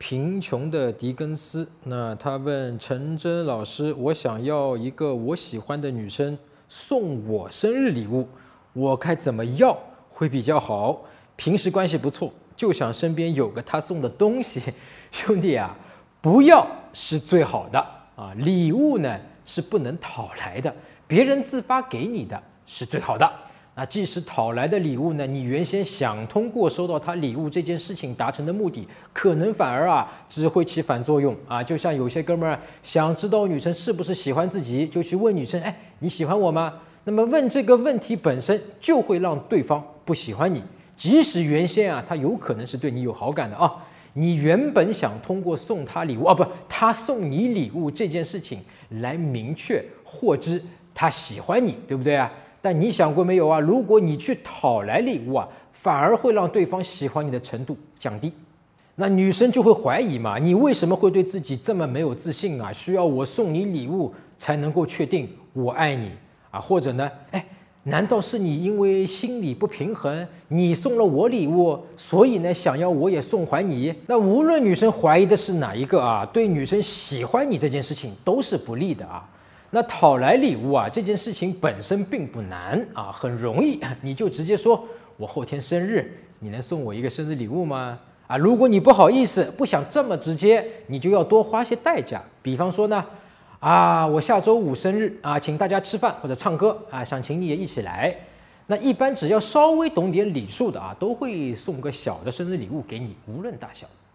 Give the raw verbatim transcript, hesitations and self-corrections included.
贫穷的狄更斯，那他问陈真老师：“我想要一个我喜欢的女生送我生日礼物，我该怎么要会比较好？平时关系不错，就想身边有个他送的东西。兄弟啊，不要是最好的啊，礼物呢是不能讨来的，别人自发给你的是最好的。”那即使讨来的礼物呢，你原先想通过收到他礼物这件事情达成的目的，可能反而啊只会起反作用啊。就像有些哥们儿想知道女生是不是喜欢自己，就去问女生：“哎，你喜欢我吗？”那么问这个问题本身就会让对方不喜欢你，即使原先啊他有可能是对你有好感的啊。你原本想通过送他礼物啊，不，他送你礼物这件事情来明确获知他喜欢你，对不对啊？但你想过没有啊？如果你去讨来礼物啊，反而会让对方喜欢你的程度降低。那女生就会怀疑嘛，你为什么会对自己这么没有自信啊？需要我送你礼物才能够确定我爱你啊？或者呢，哎，难道是你因为心理不平衡，你送了我礼物，所以呢想要我也送还你？那无论女生怀疑的是哪一个啊，对女生喜欢你这件事情都是不利的啊。那讨来礼物啊，这件事情本身并不难啊，很容易，你就直接说我后天生日，你能送我一个生日礼物吗？啊，如果你不好意思，不想这么直接，你就要多花些代价。比方说呢，啊，我下周五生日啊，请大家吃饭或者唱歌啊，想请你也一起来。那一般只要稍微懂点礼数的啊，都会送个小的生日礼物给你，无论大小。